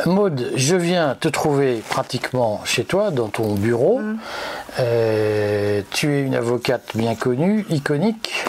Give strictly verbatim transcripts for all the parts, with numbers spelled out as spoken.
Maud, je viens te trouver pratiquement chez toi, dans ton bureau. Mmh. Euh, tu es une avocate bien connue, iconique.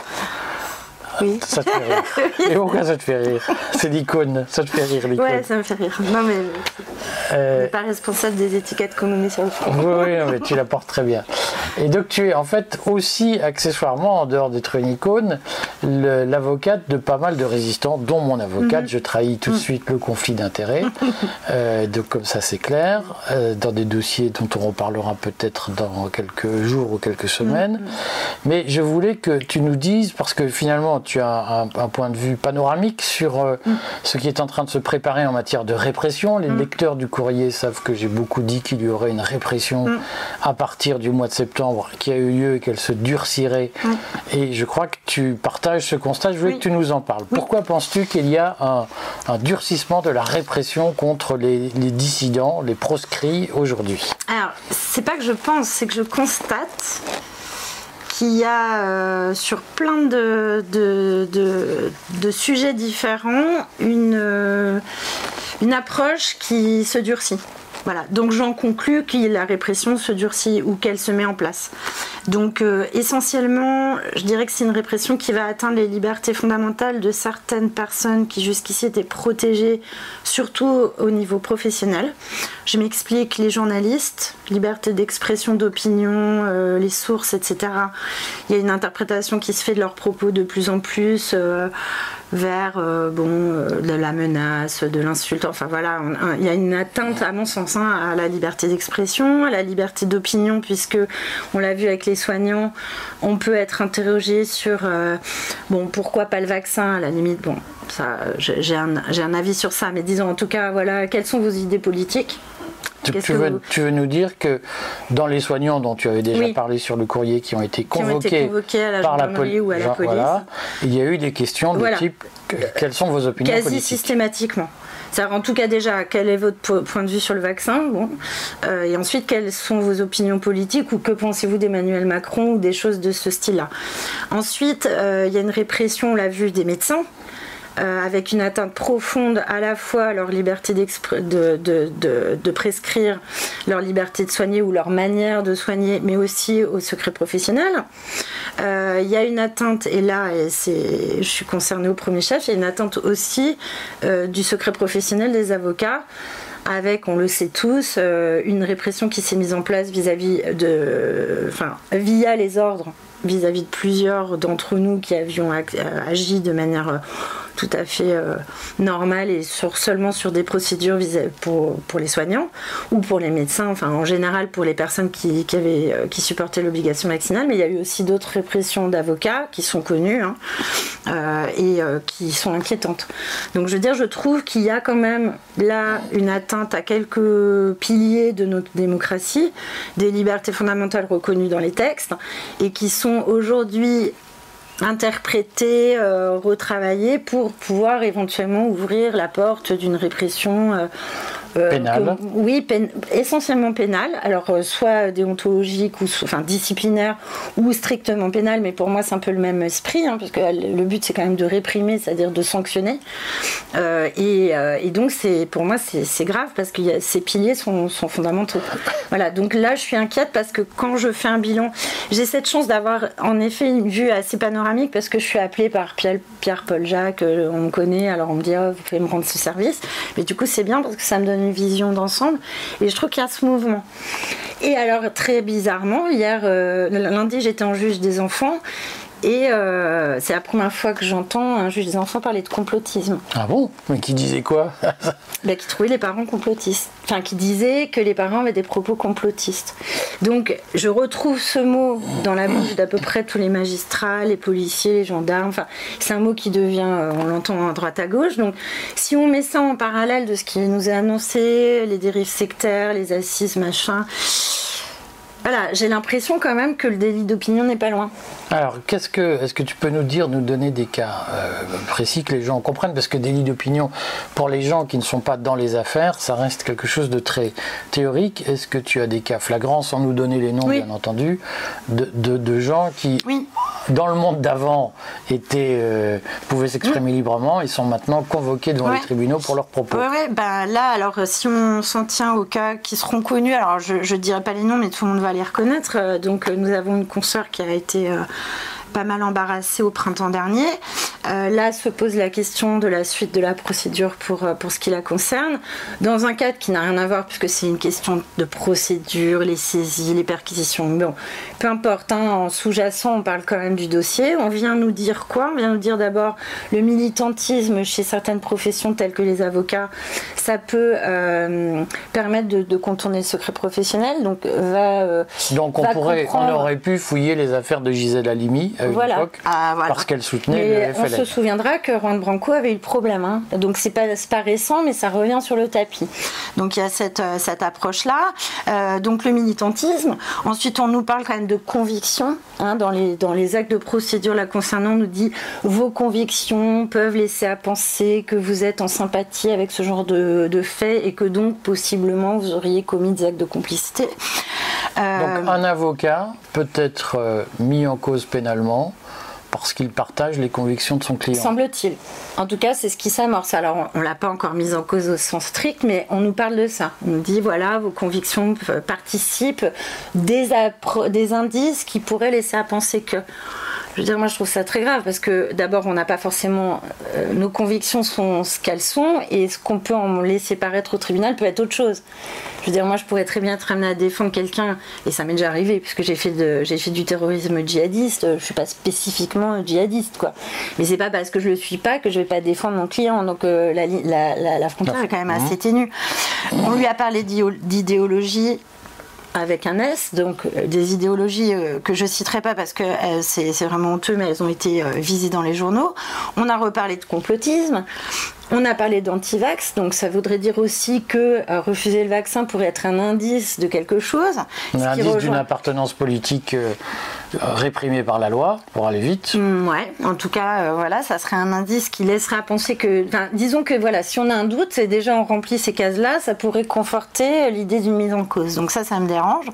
Oui. Ça te fait rire. Et pourquoi ça te fait rire? C'est l'icône, ça te fait rire l'icône. Ouais, ça me fait rire. Non mais euh... je suis pas responsable des étiquettes qu'on nous met sur le front. Oui, oui, non, mais tu la portes très bien. Et donc tu es en fait aussi accessoirement, en dehors d'être une icône, le, l'avocate de pas mal de résistants, dont mon avocate. Mm-hmm. Je trahis tout de suite le conflit d'intérêts. euh, donc comme ça c'est clair, euh, dans des dossiers dont on reparlera peut-être dans quelques jours ou quelques semaines. Mm-hmm. Mais je voulais que tu nous dises, parce que finalement tu as un, un point de vue panoramique sur euh, mm. ce qui est en train de se préparer en matière de répression. Les mm. lecteurs du Courrier savent que j'ai beaucoup dit qu'il y aurait une répression mm. à partir du mois de septembre qui a eu lieu et qu'elle se durcirait. Mm. Et je crois que tu partages ce constat. Je voulais oui. que tu nous en parles. Oui. Pourquoi penses-tu qu'il y a un, un durcissement de la répression contre les, les dissidents, les proscrits aujourd'hui? Alors, c'est pas que je pense, c'est que je constate qu'il y a euh, sur plein de, de, de, de sujets différents une, euh, une approche qui se durcit. Voilà. Donc j'en conclus que la répression se durcit ou qu'elle se met en place. Donc euh, essentiellement, je dirais que c'est une répression qui va atteindre les libertés fondamentales de certaines personnes qui jusqu'ici étaient protégées, surtout au niveau professionnel. Je m'explique, les journalistes, liberté d'expression, d'opinion, euh, les sources, et cetera. Il y a une interprétation qui se fait de leurs propos de plus en plus euh, vers euh, bon, euh, de la menace, de l'insulte. Enfin voilà, on, un, il y a une atteinte, à mon sens, hein, à la liberté d'expression, à la liberté d'opinion, puisque on l'a vu avec les soignants, on peut être interrogé sur euh, bon, pourquoi pas le vaccin, à la limite, bon, ça, j'ai un, j'ai un avis sur ça, mais disons en tout cas, voilà, quelles sont vos idées politiques? Tu, tu, veux, vous... tu veux nous dire que dans les soignants dont tu avais déjà oui. parlé sur le Courrier, qui ont été convoqués, qui ont été convoqués à la par la poli- ou à la police, voilà, il y a eu des questions de voilà. type quelles sont vos opinions Quasi politiques? Quasi systématiquement. En tout cas déjà, quel est votre point de vue sur le vaccin, bon. euh, et ensuite quelles sont vos opinions politiques ou que pensez-vous d'Emmanuel Macron ou des choses de ce style-là. Ensuite, euh, il y a une répression, on l'a vu, des médecins. Euh, avec une atteinte profonde à la fois à leur liberté de, de, de, de prescrire, leur liberté de soigner ou leur manière de soigner, mais aussi au secret professionnel. Euh, il y a une atteinte, et là et c'est, je suis concernée au premier chef, il y a une atteinte aussi euh, du secret professionnel des avocats, avec, on le sait tous, euh, une répression qui s'est mise en place vis-à-vis de, enfin, via les ordres, vis-à-vis de plusieurs d'entre nous qui avions agi de manière euh, tout à fait euh, normale et sur, seulement sur des procédures pour, pour les soignants ou pour les médecins, enfin en général pour les personnes qui, qui, avaient, euh, qui supportaient l'obligation vaccinale, mais il y a eu aussi d'autres répressions d'avocats qui sont connues hein, euh, et euh, qui sont inquiétantes. Donc je veux dire, je trouve qu'il y a quand même là une atteinte à quelques piliers de notre démocratie, des libertés fondamentales reconnues dans les textes et qui sont aujourd'hui interpréter, euh, retravailler pour pouvoir éventuellement ouvrir la porte d'une répression euh, euh, pénale. Que, oui, pén- essentiellement pénale. Alors euh, soit déontologique ou enfin disciplinaire ou strictement pénale, mais pour moi c'est un peu le même esprit, hein, parce que le but c'est quand même de réprimer, c'est-à-dire de sanctionner. Euh, et, euh, et donc c'est pour moi c'est, c'est grave parce que y a, ces piliers sont, sont fondamentaux. Voilà. Donc là je suis inquiète parce que quand je fais un bilan, j'ai cette chance d'avoir en effet une vue assez panoramique parce que je suis appelée par Pierre, Pierre-Paul Jacques, euh, on me connaît, alors on me dit oh, vous pouvez me rendre ce service, mais du coup c'est bien parce que ça me donne une vision d'ensemble et je trouve qu'il y a ce mouvement. Et alors très bizarrement, hier, euh, lundi j'étais en juge des enfants et euh, c'est la première fois que j'entends un juge des enfants parler de complotisme. Ah bon? Mais qui disait quoi? Ben, qui trouvait les parents complotistes. Enfin, qui disait que les parents avaient des propos complotistes. Donc, je retrouve ce mot dans la bouche d'à peu près tous les magistrats, les policiers, les gendarmes. Enfin, c'est un mot qui devient, on l'entend à droite à gauche. Donc, si on met ça en parallèle de ce qui nous est annoncé, les dérives sectaires, les assises, machin... Voilà, j'ai l'impression quand même que le délit d'opinion n'est pas loin. Alors, qu'est-ce que, est-ce que tu peux nous dire, nous donner des cas euh, précis que les gens comprennent? Parce que délit d'opinion, pour les gens qui ne sont pas dans les affaires, ça reste quelque chose de très théorique. Est-ce que tu as des cas flagrants, sans nous donner les noms, oui. bien entendu, de, de, de gens qui, oui. dans le monde d'avant, étaient, euh, pouvaient s'exprimer mmh. librement, ils sont maintenant convoqués devant ouais. les tribunaux pour leurs propos. Oui, ouais, ben là, alors si on s'en tient aux cas qui seront connus, alors je ne dirai pas les noms, mais tout le monde va les reconnaître. Euh, donc nous avons une consoeur qui a été... Euh, pas mal embarrassée au printemps dernier. Euh, là se pose la question de la suite de la procédure pour, pour ce qui la concerne, dans un cadre qui n'a rien à voir puisque c'est une question de procédure, les saisies, les perquisitions. Bon, peu importe, hein, en sous-jacent, on parle quand même du dossier. On vient nous dire quoi ? On vient nous dire d'abord le militantisme chez certaines professions telles que les avocats, ça peut euh, permettre de, de contourner le secret professionnel. Donc, va, euh, donc on, va pourrait, comprendre... on aurait pu fouiller les affaires de Gisèle Halimi à une voilà. époque, ah, voilà. parce qu'elle soutenait mais le F L N. On se souviendra que Juan Branco avait eu le problème. Hein. Donc c'est pas, c'est pas récent, mais ça revient sur le tapis. Donc il y a cette, cette approche-là. Euh, donc le militantisme. Ensuite, on nous parle quand même de conviction. Hein, dans, les, dans les actes de procédure là concernant, on nous dit vos convictions peuvent laisser à penser que vous êtes en sympathie avec ce genre de, de faits et que donc possiblement vous auriez commis des actes de complicité. Euh... Donc un avocat peut être euh, mis en cause pénalement parce qu'il partage les convictions de son client. Semble-t-il. En tout cas, c'est ce qui s'amorce. Alors, on ne l'a pas encore mise en cause au sens strict, mais on nous parle de ça. On nous dit, voilà, vos convictions participent des, appro- des indices qui pourraient laisser à penser que... Je veux dire, moi je trouve ça très grave parce que d'abord on n'a pas forcément... Euh, nos convictions sont ce qu'elles sont et ce qu'on peut en laisser paraître au tribunal peut être autre chose. Je veux dire, moi je pourrais très bien être amenée à défendre quelqu'un, et ça m'est déjà arrivé puisque j'ai fait, de, j'ai fait du terrorisme djihadiste, je ne suis pas spécifiquement djihadiste, quoi. Mais c'est pas parce que je le suis pas que je vais pas défendre mon client, donc euh, la, la, la, la frontière est quand même assez ténue. On lui a parlé d'idéologie avec un S, donc euh, des idéologies euh, que je citerai pas parce que euh, c'est, c'est vraiment honteux, mais elles ont été euh, visées dans les journaux. On a reparlé de complotisme, on a parlé d'antivax, donc ça voudrait dire aussi que euh, refuser le vaccin pourrait être un indice de quelque chose. Un indice rejoint... d'une appartenance politique euh, réprimée par la loi, pour aller vite. Mmh, ouais, en tout cas, euh, voilà, ça serait un indice qui laisserait à penser que... Enfin, disons que voilà, si on a un doute, c'est déjà on remplit ces cases-là, ça pourrait conforter l'idée d'une mise en cause. Donc ça, ça me dérange.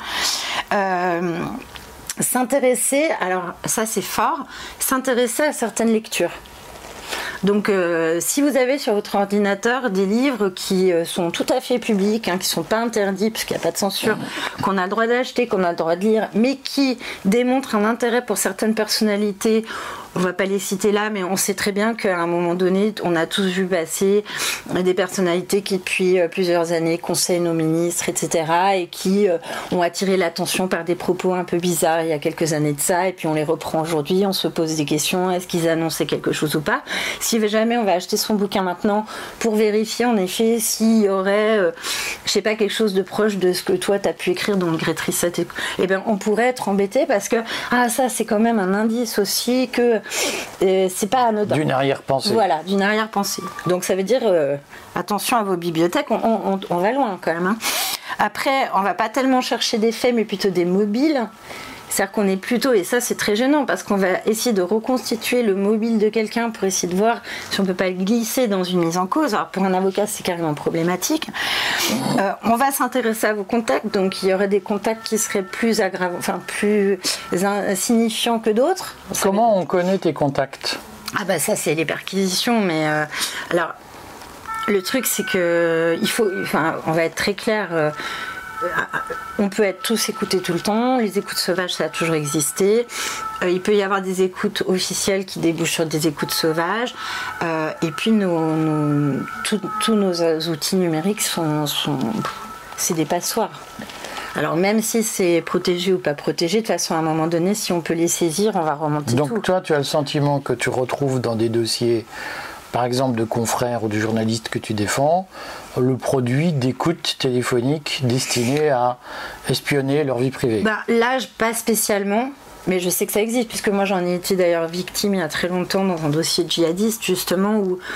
Euh, s'intéresser, alors ça c'est fort, s'intéresser à certaines lectures. Donc euh, si vous avez sur votre ordinateur des livres qui euh, sont tout à fait publics, hein, qui ne sont pas interdits puisqu'il n'y a pas de censure, qu'on a le droit d'acheter, qu'on a le droit de lire, mais qui démontrent un intérêt pour certaines personnalités, on ne va pas les citer là, mais on sait très bien qu'à un moment donné, on a tous vu passer des personnalités qui depuis plusieurs années conseillent nos ministres, et cetera, et qui euh, ont attiré l'attention par des propos un peu bizarres il y a quelques années de ça, et puis on les reprend aujourd'hui, on se pose des questions, est-ce qu'ils annonçaient quelque chose ou pas ? Si jamais on va acheter son bouquin maintenant pour vérifier en effet s'il y aurait, euh, je sais pas, quelque chose de proche de ce que toi tu as pu écrire dans le Great Reset, et, et ben on pourrait être embêté parce que ah ça c'est quand même un indice aussi que euh, c'est pas anodin. D'une arrière-pensée. Voilà, d'une arrière-pensée. Donc ça veut dire euh, attention à vos bibliothèques, on, on, on va loin quand même. Hein. Après, on va pas tellement chercher des faits, mais plutôt des mobiles. C'est-à-dire qu'on est plutôt, et ça c'est très gênant, parce qu'on va essayer de reconstituer le mobile de quelqu'un pour essayer de voir si on ne peut pas le glisser dans une mise en cause. Alors pour un avocat c'est carrément problématique. Euh, on va s'intéresser à vos contacts, donc il y aurait des contacts qui seraient plus aggravants, enfin plus insignifiants que d'autres. Comment on connaît tes contacts ? Ah bah ça c'est les perquisitions, mais euh, alors le truc c'est que il faut, enfin on va être très clair. Euh, On peut être tous écoutés tout le temps. Les écoutes sauvages, ça a toujours existé. Euh, il peut y avoir des écoutes officielles qui débouchent sur des écoutes sauvages. Euh, et puis, nos, nos, tous nos outils numériques sont, sont, c'est des passoires. Alors, même si c'est protégé ou pas protégé, de toute façon, à un moment donné, si on peut les saisir, on va remonter Donc, tout. Donc, toi, tu as le sentiment que tu retrouves dans des dossiers, par exemple, de confrères ou de journalistes que tu défends, le produit d'écoute téléphonique destinée à espionner leur vie privée. Bah, là, pas spécialement, mais je sais que ça existe, puisque moi j'en ai été d'ailleurs victime il y a très longtemps dans un dossier djihadiste, justement, où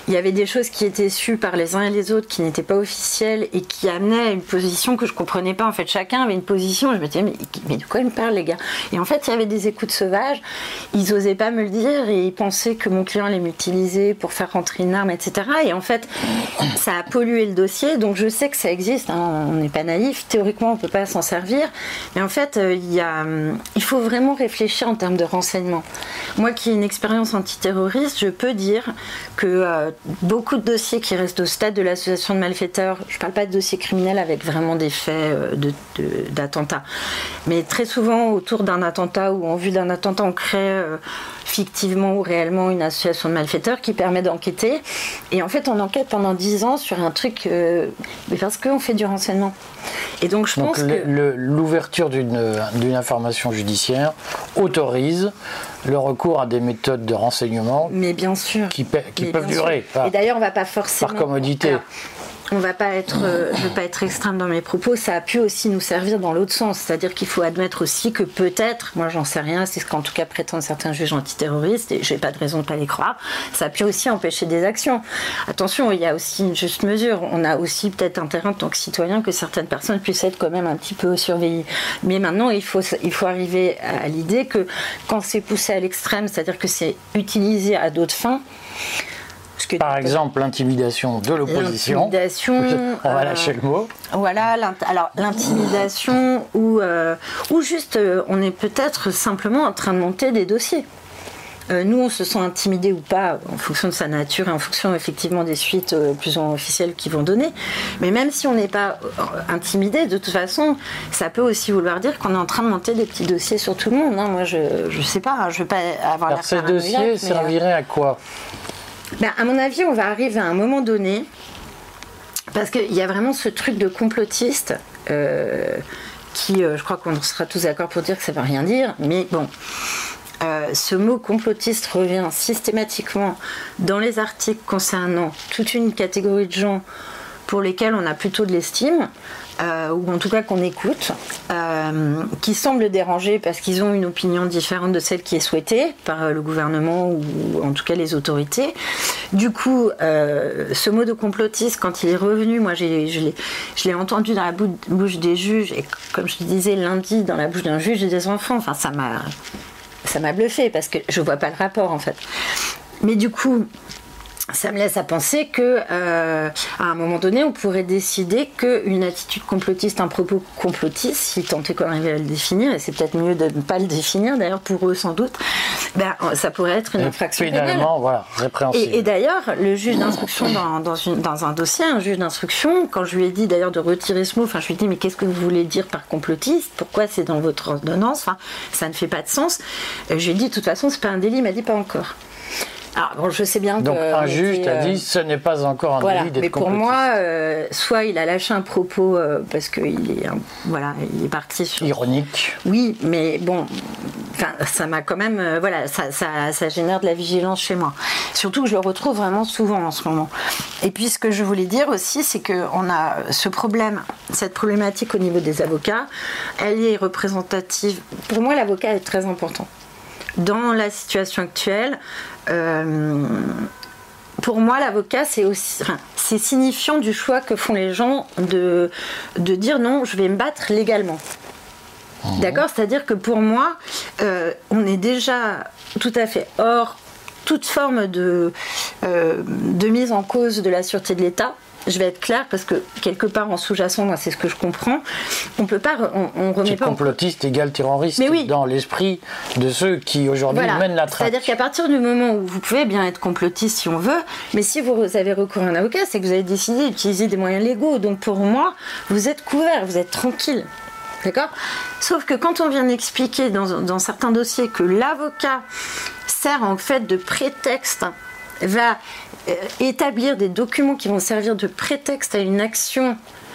il y avait des choses qui étaient sues par les uns et les autres qui n'étaient pas officielles et qui amenaient à une position que je comprenais pas. En fait, chacun avait une position. Je me disais, mais, mais de quoi ils me parlent, les gars? Et en fait, il y avait des écoutes sauvages. Ils osaient pas me le dire et ils pensaient que mon client allait m'utiliser pour faire rentrer une arme, et cetera. Et en fait, ça a pollué le dossier. Donc, je sais que ça existe. Hein, on n'est pas naïf. Théoriquement, on peut pas s'en servir. Mais en fait, euh, il y a, il faut vraiment réfléchir en termes de renseignement. Moi, qui ai une expérience antiterroriste, je peux dire que euh, beaucoup de dossiers qui restent au stade de l'association de malfaiteurs, je ne parle pas de dossiers criminels avec vraiment des faits euh, de, de, d'attentats, mais très souvent autour d'un attentat ou en vue d'un attentat, on crée euh, fictivement ou réellement une association de malfaiteurs qui permet d'enquêter. Et en fait, on enquête pendant dix ans sur un truc, euh, mais parce qu'on fait du renseignement. Et donc, je donc pense le, que... le, l'ouverture d'une, d'une information judiciaire autorise le recours à des méthodes de renseignement mais bien sûr. qui, pe- qui mais peuvent bien durer. Sûr. Et d'ailleurs, on ne va pas forcément... Par commodité. Alors, on va pas être, euh, je ne veux pas être extrême dans mes propos, ça a pu aussi nous servir dans l'autre sens. C'est-à-dire qu'il faut admettre aussi que peut-être, moi j'en sais rien, c'est ce qu'en tout cas prétendent certains juges antiterroristes, et j'ai pas de raison de ne pas les croire, ça a pu aussi empêcher des actions. Attention, il y a aussi une juste mesure. On a aussi peut-être intérêt en tant que citoyen que certaines personnes puissent être quand même un petit peu surveillées. Mais maintenant, il faut, il faut arriver à l'idée que quand c'est poussé à l'extrême, c'est-à-dire que c'est utilisé à d'autres fins, par exemple, l'intimidation de l'opposition. L'intimidation. On va lâcher le mot. Voilà, l'int- alors l'intimidation ou, euh, ou juste euh, on est peut-être simplement en train de monter des dossiers. Euh, nous, on se sent intimidé ou pas en fonction de sa nature et en fonction effectivement des suites euh, plus ou moins officielles qu'ils vont donner. Mais même si on n'est pas euh, intimidé, de toute façon, ça peut aussi vouloir dire qu'on est en train de monter des petits dossiers sur tout le monde. Hein. Moi, je ne sais pas, hein, je ne veux pas avoir l'air paranoïaque. Alors, ces dossiers serviraient à quoi ? Ben, à mon avis, on va arriver à un moment donné, parce qu'il y a vraiment ce truc de complotiste euh, qui, euh, je crois qu'on sera tous d'accord pour dire que ça ne veut rien dire, mais bon, euh, ce mot complotiste revient systématiquement dans les articles concernant toute une catégorie de gens pour lesquels on a plutôt de l'estime, euh, ou en tout cas qu'on écoute, euh, qui semblent déranger parce qu'ils ont une opinion différente de celle qui est souhaitée par le gouvernement ou en tout cas les autorités. Du coup, euh, ce mot de complotiste, quand il est revenu, moi j'ai, je, l'ai, je l'ai entendu dans la bouche des juges, et comme je le disais lundi, dans la bouche d'un juge et des enfants, enfin ça m'a, ça m'a bluffé parce que je vois pas le rapport en fait. Mais du coup, ça me laisse à penser que euh, à un moment donné, on pourrait décider qu'une attitude complotiste, un propos complotiste, si tant est qu'on arrive à le définir, et c'est peut-être mieux de ne pas le définir, d'ailleurs pour eux sans doute, ben, ça pourrait être une infraction pénale. Finalement, voilà, répréhensible. Et, et d'ailleurs, le juge d'instruction dans, dans, une, dans un dossier, un juge d'instruction, quand je lui ai dit d'ailleurs de retirer ce mot, enfin je lui ai dit mais qu'est-ce que vous voulez dire par complotiste ? Pourquoi c'est dans votre ordonnance ? Enfin, ça ne fait pas de sens. Je lui ai dit de toute façon c'est pas un délit, il m'a dit pas encore. Alors, bon, je sais bien que... Donc un juge était, t'a euh, dit ce n'est pas encore un voilà. délit d'être mais pour complotiste. moi, euh, soit il a lâché un propos euh, parce qu'il est, euh, voilà, il est parti sur... Ironique. Oui, mais bon, ça m'a quand même... Euh, voilà, ça, ça, ça génère de la vigilance chez moi. Surtout que je le retrouve vraiment souvent en ce moment. Et puis ce que je voulais dire aussi, c'est qu'on a ce problème, cette problématique au niveau des avocats, elle est représentative. Pour moi, l'avocat est très important. Dans la situation actuelle, euh, pour moi, l'avocat, c'est aussi, enfin, c'est signifiant du choix que font les gens de, de dire non, je vais me battre légalement. Mmh. D'accord ? C'est-à-dire que pour moi, euh, on est déjà tout à fait hors toute forme de, euh, de mise en cause de la sûreté de l'État. Je vais être claire parce que quelque part en sous-jacent, moi, c'est ce que je comprends. On peut pas, on, on remet c'est pas. Complotiste égale terroriste. Mais oui. Dans l'esprit de ceux qui aujourd'hui voilà. mènent la traque. C'est-à-dire qu'à partir du moment où vous pouvez bien être complotiste si on veut, mais si vous avez recours à un avocat, c'est que vous avez décidé d'utiliser des moyens légaux. Donc pour moi, vous êtes couvert, vous êtes tranquille. D'accord ? Sauf que quand on vient d'expliquer dans, dans certains dossiers que l'avocat sert en fait de prétexte, va euh, établir des documents qui vont servir de prétexte à une action,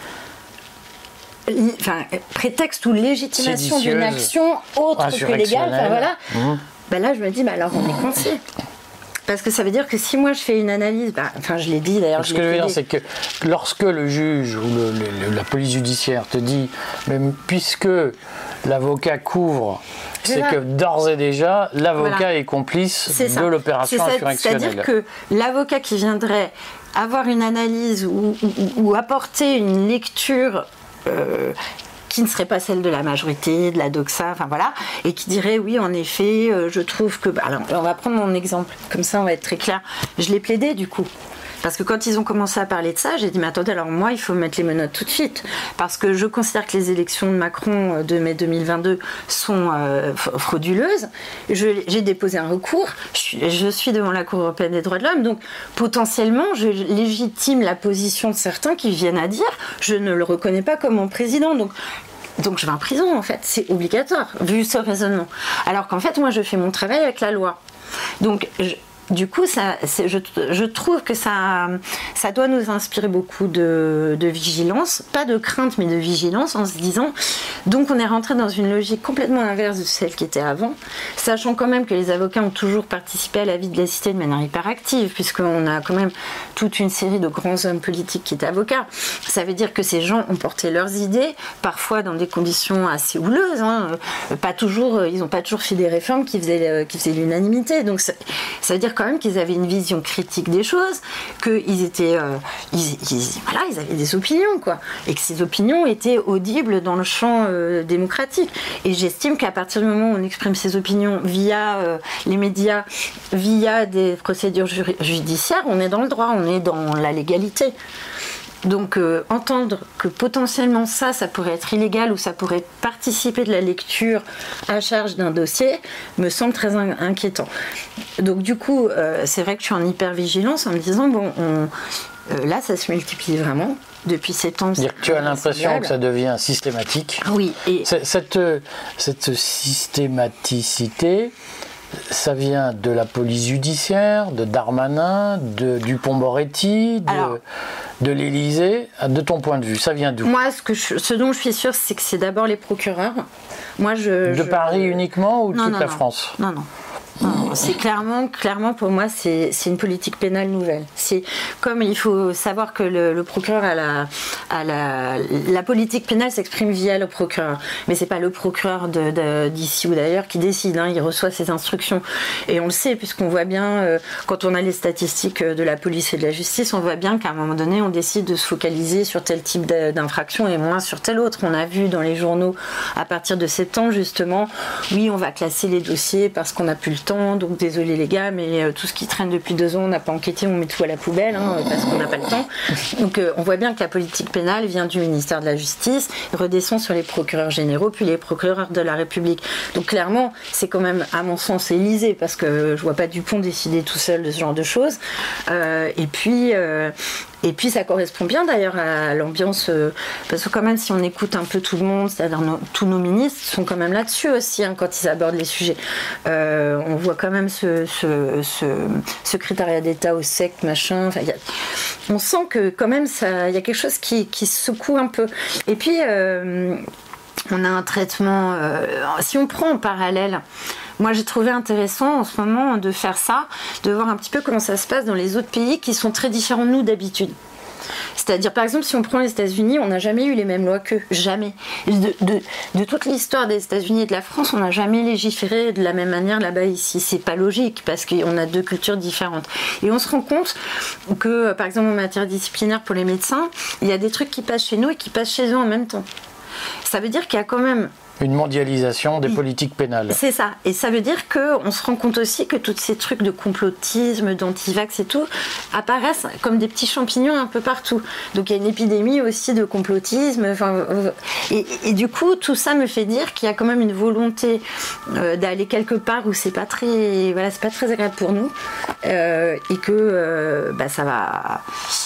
enfin prétexte ou légitimation d'une action autre que légale, enfin voilà, mmh. ben là je me dis, ben alors on est coincé. Parce que ça veut dire que si moi je fais une analyse, bah, enfin je l'ai dit d'ailleurs. Ce que je veux dire, c'est que lorsque le juge ou le, le, la police judiciaire te dit, mais puisque l'avocat couvre, c'est que d'ores et déjà, l'avocat voilà. est complice est de l'opération insurrectionnelle. C'est-à-dire que l'avocat qui viendrait avoir une analyse ou, ou, ou apporter une lecture euh, qui ne serait pas celle de la majorité, de la doxa, enfin voilà, et qui dirait oui, en effet, euh, je trouve que... Alors, on va prendre mon exemple, comme ça on va être très clair. Je l'ai plaidé du coup. Parce que quand ils ont commencé à parler de ça, j'ai dit, mais attendez, alors moi, il faut mettre les menottes tout de suite. Parce que je considère que les élections de Macron de mai deux mille vingt-deux sont euh, frauduleuses. Je, j'ai déposé un recours. Je suis, je suis devant la Cour européenne des droits de l'homme. Donc, potentiellement, je légitime la position de certains qui viennent à dire, je ne le reconnais pas comme mon président. Donc, Donc je vais en prison, en fait. C'est obligatoire, vu ce raisonnement. Alors qu'en fait, moi, je fais mon travail avec la loi. Donc... Je, Du coup, ça, c'est, je, je trouve que ça, ça doit nous inspirer beaucoup de, de vigilance, pas de crainte, mais de vigilance, en se disant, donc on est rentré dans une logique complètement inverse de celle qui était avant, sachant quand même que les avocats ont toujours participé à la vie de la cité de manière hyper active, puisqu'on a quand même toute une série de grands hommes politiques qui étaient avocats. Ça veut dire que ces gens ont porté leurs idées, parfois dans des conditions assez houleuses, hein, pas toujours, ils n'ont pas toujours fait des réformes qui faisaient, qui faisaient l'unanimité, donc ça, ça veut dire quand même qu'ils avaient une vision critique des choses, qu'ils étaient, euh, ils, ils, voilà, ils avaient des opinions, quoi, et que ces opinions étaient audibles dans le champ euh, démocratique. Et j'estime qu'à partir du moment où on exprime ses opinions via euh, les médias, via des procédures ju- judiciaires, on est dans le droit, on est dans la légalité. Donc euh, entendre que potentiellement ça, ça pourrait être illégal ou ça pourrait participer de la lecture à charge d'un dossier, me semble très in- inquiétant. Donc du coup, euh, c'est vrai que je suis en hyper-vigilance en me disant, bon, on, euh, là ça se multiplie vraiment. Depuis sept ans. C'est-à-dire que tu as l'impression que ça devient systématique. Oui. Et... Cette, cette systématicité, ça vient de la police judiciaire, de Darmanin, de Dupond-Moretti, de, Alors, de l'Élysée. De ton point de vue, ça vient d'où ? Moi, ce, que je, ce dont je suis sûre, c'est que c'est d'abord les procureurs. Moi, je, de je... Paris uniquement ou non, toute non, la non. France ? Non, non. Non, c'est clairement, clairement pour moi, c'est, c'est une politique pénale nouvelle. C'est comme il faut savoir que le, le procureur a la, a la, la politique pénale s'exprime via le procureur, mais c'est pas le procureur de, de, d'ici ou d'ailleurs qui décide. Hein, il reçoit ses instructions et on le sait puisqu'on voit bien euh, quand on a les statistiques de la police et de la justice, on voit bien qu'à un moment donné, on décide de se focaliser sur tel type d'infraction et moins sur tel autre. On a vu dans les journaux à partir de septembre justement, oui, on va classer les dossiers parce qu'on n'a plus le temps, donc désolé les gars, mais euh, tout ce qui traîne depuis deux ans, on n'a pas enquêté, on met tout à la poubelle, hein, parce qu'on n'a pas le temps. Donc euh, on voit bien que la politique pénale vient du ministère de la Justice, redescend sur les procureurs généraux, puis les procureurs de la République. Donc clairement, c'est quand même, à mon sens, Élysée, parce que je vois pas Dupond décider tout seul de ce genre de choses. Euh, et puis... Euh, Et puis ça correspond bien d'ailleurs à l'ambiance, euh, parce que quand même si on écoute un peu tout le monde, c'est-à-dire nos, tous nos ministres sont quand même là-dessus aussi hein, quand ils abordent les sujets. Euh, on voit quand même ce, ce, ce secrétariat d'État au sec, machin. Y a, on sent que quand même il y a quelque chose qui, qui secoue un peu. Et puis euh, on a un traitement, euh, si on prend en parallèle, moi j'ai trouvé intéressant en ce moment de faire ça, de voir un petit peu comment ça se passe dans les autres pays qui sont très différents de nous d'habitude. C'est-à-dire, par exemple, si on prend les États-Unis, on n'a jamais eu les mêmes lois qu'eux, jamais. De, de, de toute l'histoire des États-Unis et de la France, on n'a jamais légiféré de la même manière là-bas ici. C'est pas logique parce qu'on a deux cultures différentes. Et on se rend compte que, par exemple, en matière disciplinaire pour les médecins, il y a des trucs qui passent chez nous et qui passent chez eux en même temps. Ça veut dire qu'il y a quand même une mondialisation des politiques pénales. C'est ça. Et ça veut dire qu'on se rend compte aussi que tous ces trucs de complotisme, d'antivax et tout, apparaissent comme des petits champignons un peu partout. Donc il y a une épidémie aussi de complotisme. Enfin, et, et du coup, tout ça me fait dire qu'il y a quand même une volonté euh, d'aller quelque part où c'est pas très, voilà, c'est pas très agréable pour nous. Euh, et que euh, bah, ça va...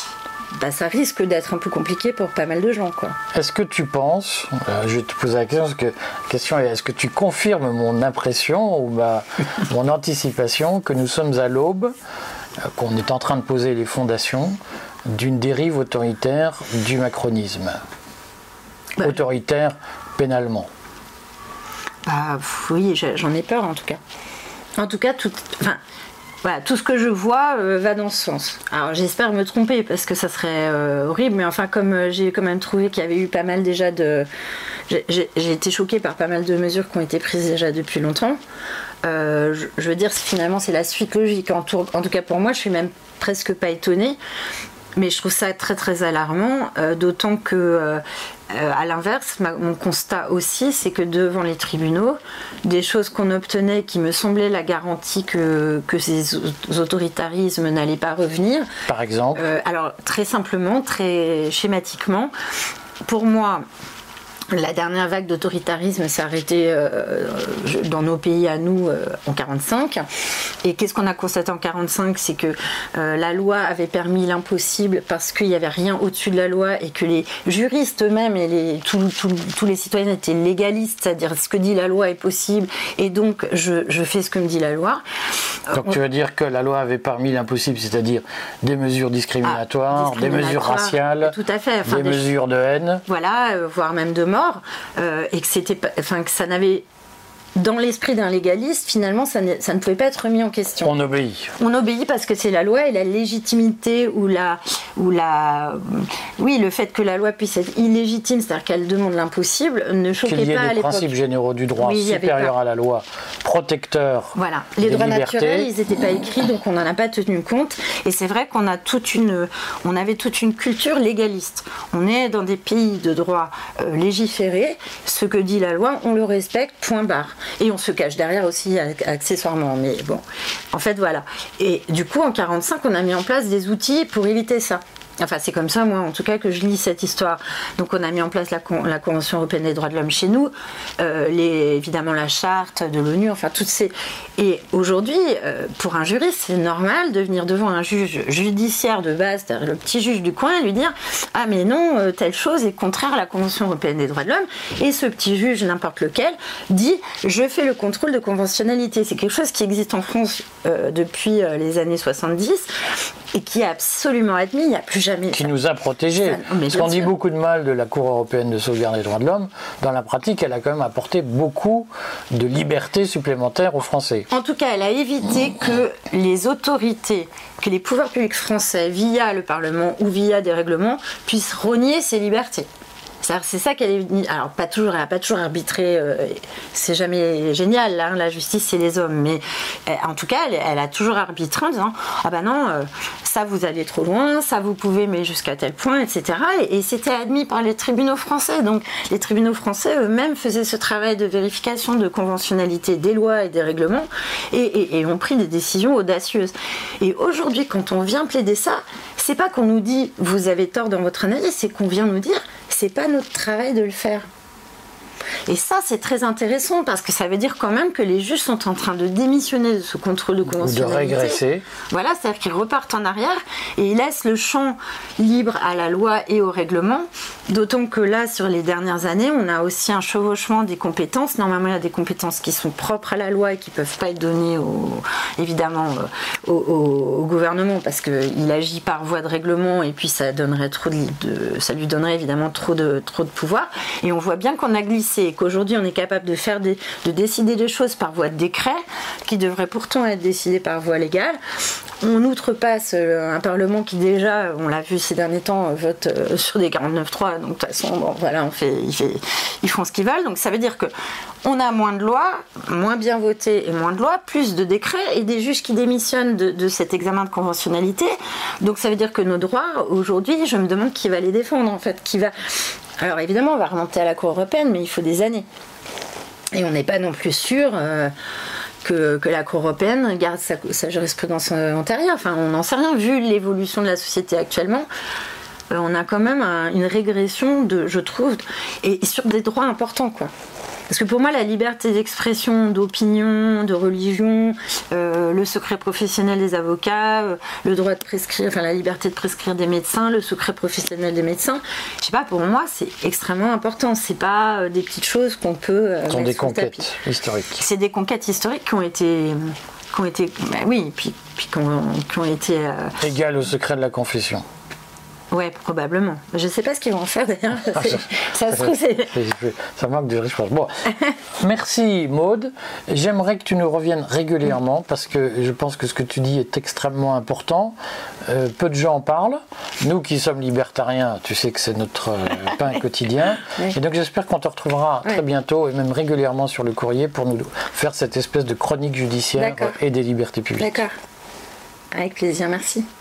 Bah, ça risque d'être un peu compliqué pour pas mal de gens, quoi. Est-ce que tu penses, euh, je vais te poser la question, parce que la question est, est-ce que tu confirmes mon impression ou ma, mon anticipation que nous sommes à l'aube, euh, qu'on est en train de poser les fondations d'une dérive autoritaire du macronisme, bah, autoritaire pénalement? Bah oui, j'en ai peur en tout cas. En tout cas, tout, enfin, Voilà, tout ce que je vois euh, va dans ce sens. Alors j'espère me tromper parce que ça serait euh, horrible, mais enfin comme euh, j'ai quand même trouvé qu'il y avait eu pas mal déjà de... J'ai, j'ai, j'ai été choquée par pas mal de mesures qui ont été prises déjà depuis longtemps. Euh, je, je veux dire, finalement c'est la suite logique. En, tour... en tout cas pour moi, je suis même presque pas étonnée. Mais je trouve ça très très alarmant, euh, d'autant que, euh, euh, à l'inverse, ma, mon constat aussi, c'est que devant les tribunaux, des choses qu'on obtenait qui me semblaient la garantie que, que ces autoritarismes n'allaient pas revenir. Par exemple euh, Alors, très simplement, très schématiquement, pour moi, la dernière vague d'autoritarisme s'est arrêtée euh, dans nos pays à nous euh, en quarante-cinq. Et qu'est-ce qu'on a constaté en quarante-cinq? C'est que euh, la loi avait permis l'impossible parce qu'il n'y avait rien au-dessus de la loi et que les juristes eux-mêmes et les, tous tout, tout les citoyens étaient légalistes, c'est-à-dire ce que dit la loi est possible et donc je, je fais ce que me dit la loi. Donc on... tu veux dire que la loi avait permis l'impossible, c'est-à-dire des mesures discriminatoires, ah, discriminatoires des mesures raciales, tout à fait. Enfin, des, des mesures de haine. Voilà, euh, voire même de mort. Euh, et que c'était, enfin que ça n'avait, dans l'esprit d'un légaliste, finalement, ça, ça ne pouvait pas être remis en question. On obéit. On obéit parce que c'est la loi et la légitimité ou la, ou la, oui, le fait que la loi puisse être illégitime, c'est-à-dire qu'elle demande l'impossible, ne choquait pas à l'époque. Qu'il y ait des principes généraux du droit oui, supérieurs à la loi, protecteurs. Voilà, les des droits libertés. naturels, ils n'étaient pas écrits, donc on n'en a pas tenu compte. Et c'est vrai qu'on a toute une, on avait toute une culture légaliste. On est dans des pays de droit euh, légiféré. Ce que dit la loi, on le respecte. Point barre. Et on se cache derrière aussi accessoirement. Mais bon, en fait, voilà. Et du coup, en quarante-cinq, on a mis en place des outils pour éviter ça. Enfin, c'est comme ça, moi, en tout cas, que je lis cette histoire. Donc, on a mis en place la, Con- la Convention européenne des droits de l'homme chez nous, euh, les, évidemment la charte de l'ONU, enfin, toutes ces... Et aujourd'hui, euh, pour un juriste, c'est normal de venir devant un juge judiciaire de base, c'est-à-dire le petit juge du coin, et lui dire « Ah, mais non, euh, telle chose est contraire à la Convention européenne des droits de l'homme. » Et ce petit juge, n'importe lequel, dit « Je fais le contrôle de conventionnalité. » C'est quelque chose qui existe en France euh, depuis euh, les années soixante-dix et qui est absolument admis. Il n'y a plus jamais... Qui nous a protégés. Ça, Parce qu'on dit beaucoup de mal de la Cour européenne de sauvegarde des droits de l'homme. Dans la pratique, elle a quand même apporté beaucoup de liberté supplémentaire aux Français. En tout cas, elle a évité que les autorités, que les pouvoirs publics français, via le Parlement ou via des règlements, puissent rogner ces libertés. C'est ça qu'elle est. Alors, pas toujours, elle n'a pas toujours arbitré, euh, c'est jamais génial, hein, la justice, c'est les hommes. Mais euh, en tout cas, elle, elle a toujours arbitré en disant ah ben non, euh, ça vous allez trop loin, ça vous pouvez, mais jusqu'à tel point, et cetera. Et, et c'était admis par les tribunaux français. Donc, les tribunaux français eux-mêmes faisaient ce travail de vérification de conventionnalité des lois et des règlements et, et, et ont pris des décisions audacieuses. Et aujourd'hui, quand on vient plaider ça, c'est pas qu'on nous dit vous avez tort dans votre analyse, c'est qu'on vient nous dire c'est pas notre travail de le faire. Et ça, c'est très intéressant parce que ça veut dire quand même que les juges sont en train de démissionner de ce contrôle de conventionnalité. De régresser. Voilà, c'est-à-dire qu'ils repartent en arrière et ils laissent le champ libre à la loi et au règlement. D'autant que là, sur les dernières années, on a aussi un chevauchement des compétences. Normalement, il y a des compétences qui sont propres à la loi et qui ne peuvent pas être données, au, évidemment, au, au, au gouvernement parce qu'il agit par voie de règlement et puis ça, donnerait trop de, de, ça lui donnerait évidemment trop de, trop de pouvoir. Et on voit bien qu'on a glissé et qu'aujourd'hui on est capable de faire des, de décider des choses par voie de décret qui devraient pourtant être décidées par voie légale. On outrepasse un Parlement qui déjà, on l'a vu ces derniers temps, vote sur des quarante-neuf trois, donc de toute façon, bon, voilà, on fait, ils, fait, ils font ce qu'ils veulent. Donc ça veut dire que on a moins de lois, moins bien votées et moins de lois, plus de décrets et des juges qui démissionnent de, de cet examen de conventionnalité. Donc ça veut dire que nos droits, aujourd'hui, je me demande qui va les défendre en fait, qui va... Alors évidemment, on va remonter à la Cour européenne, mais il faut des années. Et on n'est pas non plus sûr euh, que, que la Cour européenne garde sa, sa jurisprudence antérieure. Enfin, on n'en sait rien. Vu l'évolution de la société actuellement, euh, on a quand même un, une régression, de, je trouve, et, et sur des droits importants, quoi. Parce que pour moi, la liberté d'expression, d'opinion, de religion, euh, le secret professionnel des avocats, euh, le droit de prescrire, enfin la liberté de prescrire des médecins, le secret professionnel des médecins, je sais pas, pour moi, c'est extrêmement important. C'est pas euh, des petites choses qu'on peut. Euh, Ce sont des conquêtes historiques. C'est des conquêtes historiques qui ont été. Qui ont été bah oui, puis, puis qui, ont, qui ont été. Euh, Égales au secret de la confession. Ouais, probablement. Je ne sais pas ce qu'ils vont en faire d'ailleurs. Ça se trouve, c'est... Ça manque de richesse. Bon, merci Maude. J'aimerais que tu nous reviennes régulièrement parce que je pense que ce que tu dis est extrêmement important. Euh, peu de gens en parlent. Nous qui sommes libertariens, tu sais que c'est notre euh, pain quotidien. Oui. Et donc j'espère qu'on te retrouvera oui. très bientôt et même régulièrement sur le courrier pour nous faire cette espèce de chronique judiciaire et des libertés publiques. D'accord. Avec plaisir, merci.